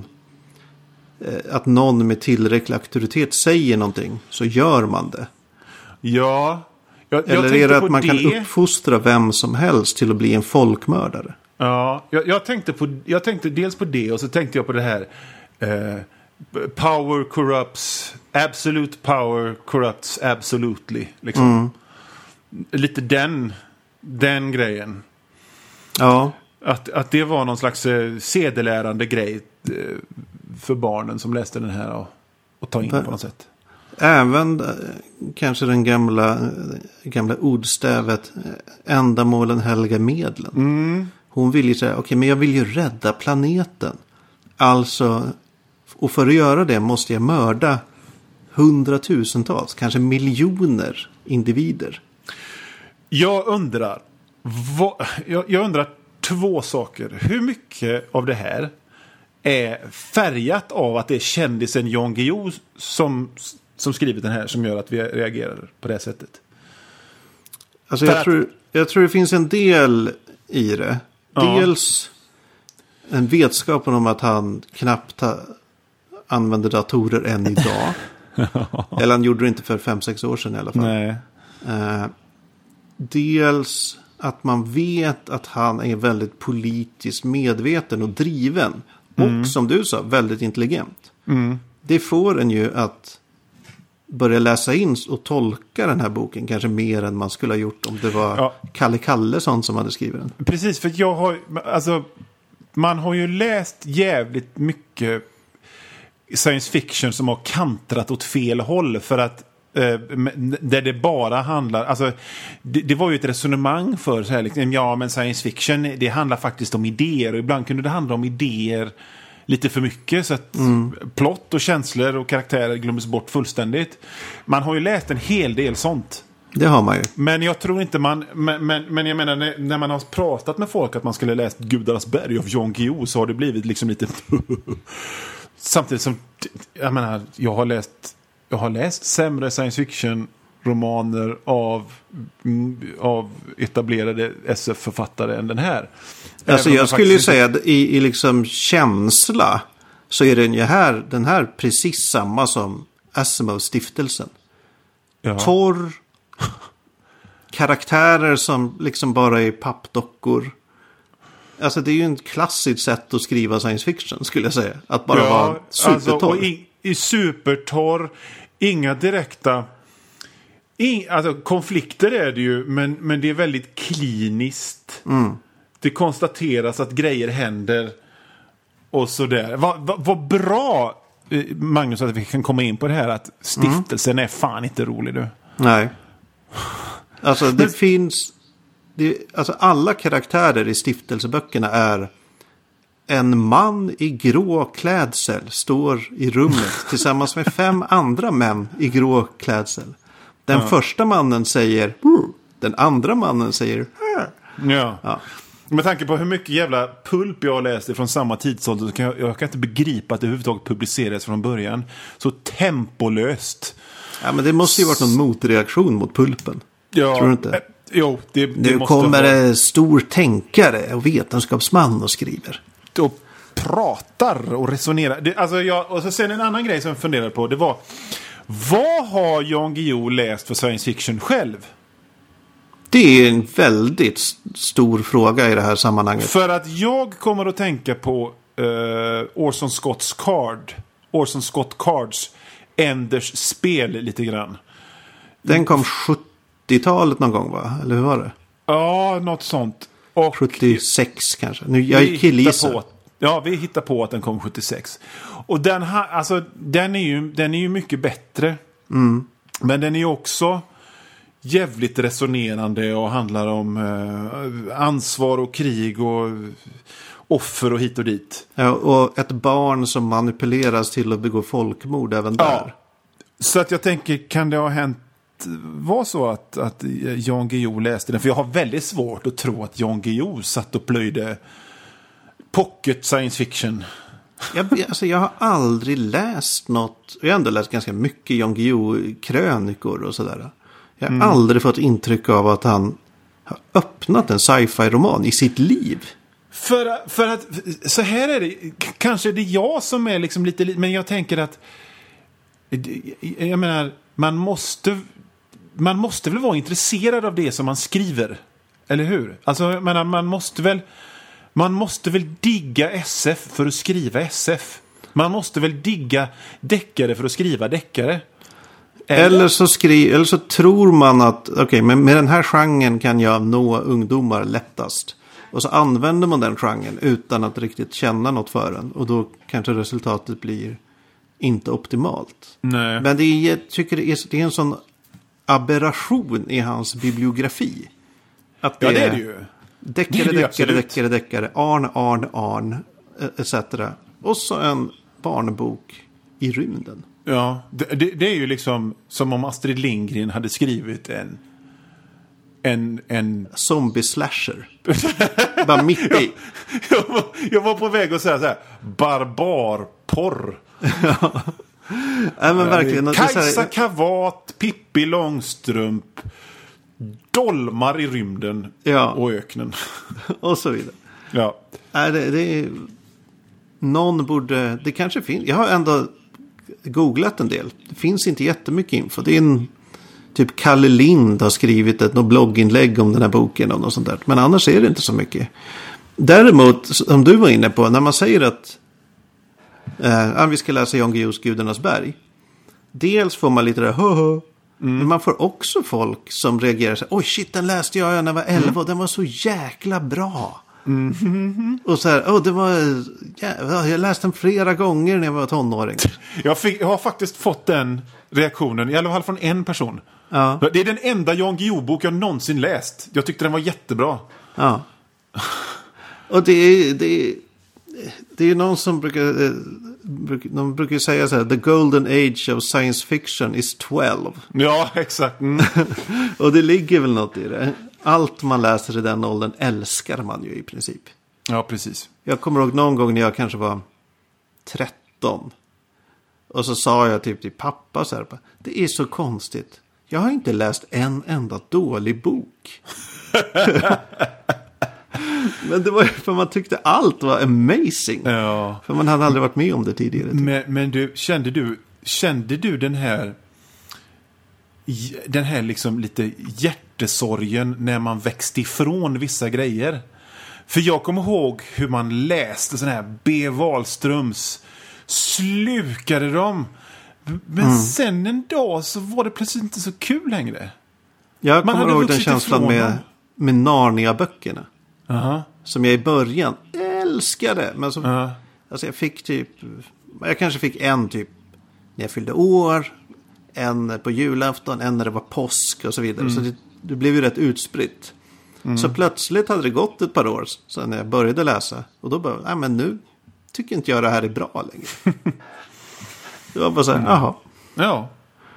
Speaker 1: att någon med tillräcklig auktoritet säger någonting så gör man det?
Speaker 2: Ja. Jag, jag
Speaker 1: Eller är det att man det... kan uppfostra vem som helst till att bli en folkmördare?
Speaker 2: Ja, jag, jag, tänkte på, jag tänkte dels på det och så tänkte jag på det här eh, power corrupts, absolute power corrupts absolutely. Liksom. Mm. Lite den, den grejen.
Speaker 1: Ja.
Speaker 2: Att, att det var någon slags eh, sedelärande grej eh, för barnen som läste den här och, och ta in För... på något sätt.
Speaker 1: Även kanske den gamla, gamla ordstävet ändamålen helga medlen.
Speaker 2: Mm.
Speaker 1: Hon vill ju säga, okej okay, men jag vill ju rädda planeten. Alltså, och för att göra det måste jag mörda hundratusentals, kanske miljoner individer.
Speaker 2: Jag undrar, vad, jag, jag undrar två saker. Hur mycket av det här är färgat av att det är kändisen Jan Guillou som... som skrivit den här som gör att vi reagerar på det sättet?
Speaker 1: Alltså jag, att... tror, jag tror det finns en del i det. Ja. Dels en vetskapen om att han knappt ha, använder datorer än idag. Eller han gjorde det inte för fem sex år sedan i alla fall.
Speaker 2: Nej.
Speaker 1: Uh, dels att man vet att han är väldigt politiskt medveten och driven. Mm. Och som du sa, väldigt intelligent.
Speaker 2: Mm.
Speaker 1: Det får en ju att börja läsa in och tolka den här boken kanske mer än man skulle ha gjort om det var ja. Kalle Kallesson som hade skrivit den.
Speaker 2: Precis, för jag har alltså man har ju läst jävligt mycket science fiction som har kantrat åt fel håll för att eh, där det bara handlar, alltså det, det var ju ett resonemang för så här, liksom, ja men science fiction, det handlar faktiskt om idéer, och ibland kunde det handla om idéer lite för mycket, så att mm. plott och känslor och karaktärer glöms bort fullständigt. Man har ju läst en hel del sånt.
Speaker 1: Det har man ju.
Speaker 2: Men jag tror inte man, men, men, men jag menar när, när man har pratat med folk att man skulle läst Gudarnas berg av Jan Guillou, så har det blivit liksom lite samtidigt som jag menar, jag har läst jag har läst sämre science fiction romaner av av etablerade S F-författare än den här.
Speaker 1: Alltså jag skulle ju säga att i, i liksom känsla så är den ju här, den här precis samma som Asimov-stiftelsen. Ja. Torr karaktärer som liksom bara är pappdockor. Alltså det är ju ett klassiskt sätt att skriva science fiction, skulle jag säga. Att bara ja, vara supertorr. Alltså, och i, i supertorr, inga direkta in, alltså konflikter är det ju, men, men det är väldigt kliniskt. Mm. Det konstateras att grejer händer och sådär. Vad va, va bra, Magnus, att vi kan komma in på det här att stiftelsen mm. är fan inte rolig du. Nej. Alltså det finns det, alltså alla karaktärer i stiftelseböckerna är en man i grå klädsel står i rummet tillsammans med fem andra män i grå klädsel. Den ja. första mannen säger den andra mannen säger
Speaker 2: ja. ja. Med tanke på hur mycket jävla pulp jag har läst från samma tidsålder så kan jag, jag kan inte begripa att det överhuvudtaget publicerades från början. Så tempolöst.
Speaker 1: Ja, men det måste ju varit någon motreaktion mot pulpen. Ja, tror du inte? Äh,
Speaker 2: jo, det, det
Speaker 1: nu
Speaker 2: måste
Speaker 1: kommer
Speaker 2: vara...
Speaker 1: det stor tänkare och vetenskapsman och skriver.
Speaker 2: Och pratar och resonerar. Det, alltså jag, och så sen en annan grej som jag funderade på, det var vad har Jan Guillou läst för science fiction själv?
Speaker 1: Det är en väldigt stor fråga i det här sammanhanget.
Speaker 2: För att jag kommer att tänka på uh, Orson Scotts Card. Orson Scott Cards Enders spel lite grann.
Speaker 1: Den kom sjuttiotalet någon gång, va? Eller hur var det?
Speaker 2: Ja, något sånt. Och
Speaker 1: sjuttiosex kanske. Nu, jag killgissar.
Speaker 2: Ja, vi hittar på att den kom sjuttiosex. Och den, ha, alltså, den, är ju, den är ju mycket bättre. Mm. Men den är ju också jävligt resonerande och handlar om eh, ansvar och krig och offer och hit och dit.
Speaker 1: Ja, och ett barn som manipuleras till att begå folkmord även där. Ja.
Speaker 2: Så att jag tänker, kan det ha hänt var så att, att Jan Guillou läste den? För jag har väldigt svårt att tro att Jan Guillou satt och plöjde pocket science fiction.
Speaker 1: Jag, alltså jag har aldrig läst något. Jag har ändå läst ganska mycket Jan Guillou-krönikor och sådär. Jag har mm. aldrig fått intryck av att han har öppnat en sci-fi-roman i sitt liv.
Speaker 2: För, för att, så här är det, kanske är det jag som är liksom lite, men jag tänker att, jag menar, man måste, man måste väl vara intresserad av det som man skriver, eller hur? Alltså, jag menar, man måste väl, man måste väl digga S F för att skriva S F. Man måste väl digga deckare för att skriva deckare. Eller,
Speaker 1: eller, så, skri- eller så tror man att okej, okay, men med den här genren kan jag nå ungdomar lättast. Och så använder man den genren utan att riktigt känna något för den. Och då kanske resultatet blir inte optimalt. Nej. Men det är, jag tycker det är, det är en sån aberration i hans bibliografi. Att det
Speaker 2: ja, det är det ju.
Speaker 1: Deckare, deckare, deckare, deckare. Arn, arn, arn, et cetera. Och så en barnbok i rymden.
Speaker 2: Ja, det, det, det är ju liksom som om Astrid Lindgren hade skrivit en en, en...
Speaker 1: zombie-slasher. Bara mitt i.
Speaker 2: Jag, jag, var, jag var på väg att säga så här, barbarporr.
Speaker 1: Ja. Nej, men verkligen.
Speaker 2: Kajsa här... Kavat, Pippi Långstrump, dolmar i rymden ja. Och öknen.
Speaker 1: Och så vidare.
Speaker 2: Ja.
Speaker 1: Nej, det, det är... Någon borde... Det kanske finns... Jag har ändå googlat en del. Det finns inte jättemycket info. Det är en... Typ Kalle Lind har skrivit ett något blogginlägg om den här boken och något sånt där. Men annars är det inte så mycket. Däremot, som du var inne på, när man säger att eh, vi ska läsa Jan Guillous Gudarnas berg. Dels får man lite där, höhö. Mm. Men man får också folk som reagerar så här, oj shit, den läste jag när jag var elva mm. och den var så jäkla bra.
Speaker 2: Mm-hmm.
Speaker 1: Och så här, oh, det var, ja, jag läste den flera gånger när jag var tonåring.
Speaker 2: Jag, fick, jag har faktiskt fått den reaktionen, i alla fall från en person.
Speaker 1: Ja.
Speaker 2: Det är den enda Jan Guillou-bok jag någonsin läst. Jag tyckte den var jättebra.
Speaker 1: Ja. Och det är, det är, det är någon som brukar, de brukar säga så här, the golden age of science fiction is twelve.
Speaker 2: Ja, exakt. Mm.
Speaker 1: Och det ligger väl något i det. Allt man läser i den åldern älskar man ju i princip.
Speaker 2: Ja, precis.
Speaker 1: Jag kommer ihåg någon gång när jag kanske var tretton. Och så sa jag typ till pappa så här, det är så konstigt. Jag har inte läst en enda dålig bok. Men det var ju för man tyckte allt var amazing.
Speaker 2: Ja.
Speaker 1: För man hade aldrig varit med om det tidigare. Typ.
Speaker 2: Men, men du, kände du, kände du den här den här liksom lite hjärtesorgen när man växte ifrån vissa grejer? För jag kommer ihåg hur man läste sån här B. Wahlströms, slukade dem. Men mm. sen en dag så var det plötsligt inte så kul längre.
Speaker 1: Jag kommer ihåg den känslan med, med Narnia-böckerna.
Speaker 2: Uh-huh.
Speaker 1: Som jag i början älskade. Men som,
Speaker 2: uh-huh.
Speaker 1: alltså jag fick typ, jag kanske fick en typ när jag fyllde år. En på julafton, en när det var påsk och så vidare. Mm. Så det, det blev ju rätt utspritt. Mm. Så plötsligt hade det gått ett par år sedan jag började läsa. Och då bara, nej men nu tycker inte jag det här är bra längre. Det var bara så här,
Speaker 2: mm.
Speaker 1: jaha.
Speaker 2: Ja.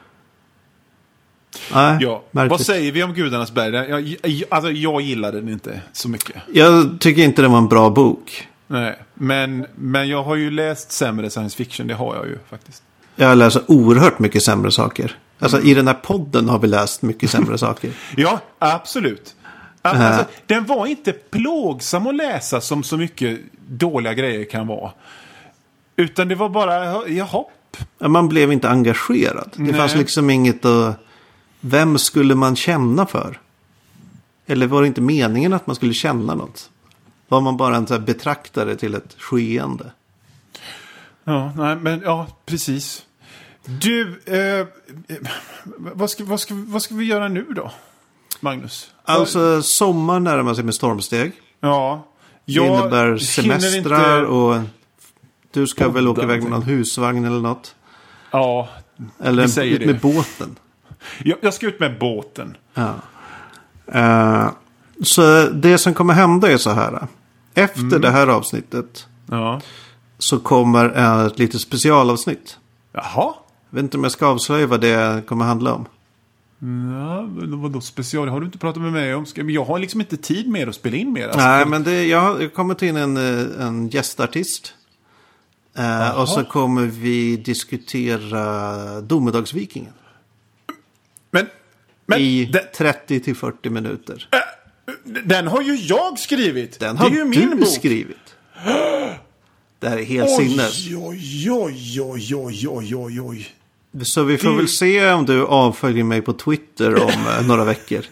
Speaker 1: Nej,
Speaker 2: ja. Vad säger vi om Gudarnas berg? Jag, jag, alltså, jag gillade den inte så mycket.
Speaker 1: Jag tycker inte det var en bra bok.
Speaker 2: Nej, men, men jag har ju läst sämre science fiction, det har jag ju faktiskt.
Speaker 1: Jag läser oerhört mycket sämre saker. Alltså mm. i den här podden har vi läst mycket sämre saker.
Speaker 2: Ja, absolut. Alltså, uh. Den var inte plågsam att läsa som så mycket dåliga grejer kan vara. Utan det var bara, jaha.
Speaker 1: Man blev inte engagerad. Det Nej. fanns liksom inget att... Vem skulle man känna för? Eller var det inte meningen att man skulle känna något? Var man bara en så här betraktare till ett skeende?
Speaker 2: Ja, nej, men ja, precis. Du, eh, vad, ska, vad, ska, vad ska vi göra nu då, Magnus?
Speaker 1: Alltså, sommar närmar sig med stormsteg.
Speaker 2: Ja.
Speaker 1: Det innebär semestrar inte... och du ska Podda, väl åka iväg med någon husvagn eller något?
Speaker 2: Ja,
Speaker 1: eller
Speaker 2: säger
Speaker 1: ut med det. båten.
Speaker 2: Jag, jag ska ut med båten.
Speaker 1: Ja. Uh, så det som kommer hända är så här. Efter mm. det här avsnittet
Speaker 2: ja.
Speaker 1: så kommer ett litet specialavsnitt.
Speaker 2: Jaha.
Speaker 1: Jag vet inte om jag ska avslöja vad det kommer handla om.
Speaker 2: Ja, vadå special? Har du inte pratat med mig om? Jag har liksom inte tid med att spela in mer. Alltså.
Speaker 1: Nej, men det, jag har kommit in en, en gästartist. Uh, och så kommer vi diskutera Domedagsvikingen.
Speaker 2: Men, men
Speaker 1: i
Speaker 2: den,
Speaker 1: trettio till fyrtio minuter.
Speaker 2: Äh, den har ju jag skrivit.
Speaker 1: Den har
Speaker 2: det är ju
Speaker 1: du
Speaker 2: min bok.
Speaker 1: skrivit. Det här är helt
Speaker 2: oj,
Speaker 1: sinnes.
Speaker 2: Oj, oj, oj, oj, oj, oj, oj.
Speaker 1: Så vi får det... väl se om du avföljer mig på Twitter om några veckor.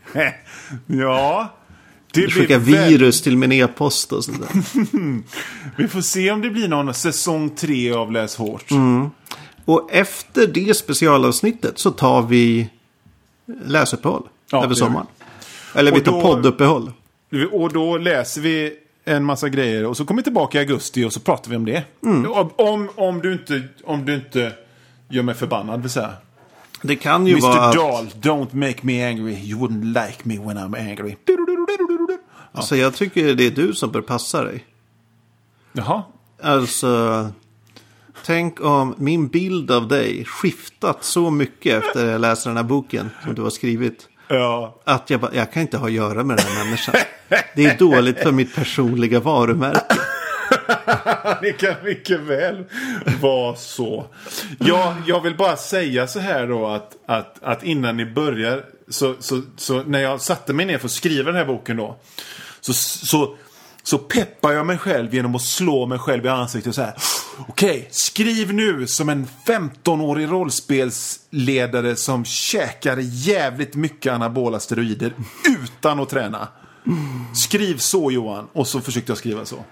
Speaker 2: Ja.
Speaker 1: Du skickar virus till min e-post och sådär.
Speaker 2: Vi får se om det blir någon säsong tre av Läs hårt.
Speaker 1: Mm. Och efter det specialavsnittet så tar vi läsuppehåll ja, över sommaren. Eller vi tar då, podduppehåll.
Speaker 2: Och då läser vi en massa grejer och så kommer vi tillbaka i augusti och så pratar vi om det.
Speaker 1: Mm.
Speaker 2: Om, om, du inte, om du inte gör mig förbannad, vill säga.
Speaker 1: Det kan ju
Speaker 2: mister
Speaker 1: vara
Speaker 2: Dahl, att... don't make me angry. You wouldn't like me when I'm angry. Ja.
Speaker 1: Alltså jag tycker det är du som bör passa dig.
Speaker 2: Jaha.
Speaker 1: Alltså, tänk om min bild av dig skiftat så mycket efter jag läser den här boken som du har skrivit.
Speaker 2: Ja.
Speaker 1: Att jag bara, jag kan inte ha att göra med den här människan. Det är dåligt för mitt personliga varumärke.
Speaker 2: Det kan mycket väl vara så. Jag, jag vill bara säga så här då att, att, att innan ni börjar så, så, så när jag satte mig ner för att skriva den här boken då så, så, så peppar jag mig själv genom att slå mig själv i ansiktet och så här. Okej, okay, skriv nu som en femton-årig rollspelsledare som käkar jävligt mycket anabola steroider utan att träna. Skriv så, Johan. Och så försökte jag skriva så.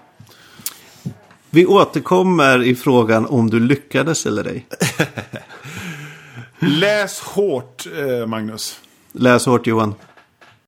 Speaker 1: Vi återkommer i frågan om du lyckades eller ej.
Speaker 2: Läs hårt, Magnus.
Speaker 1: Läs hårt, Johan.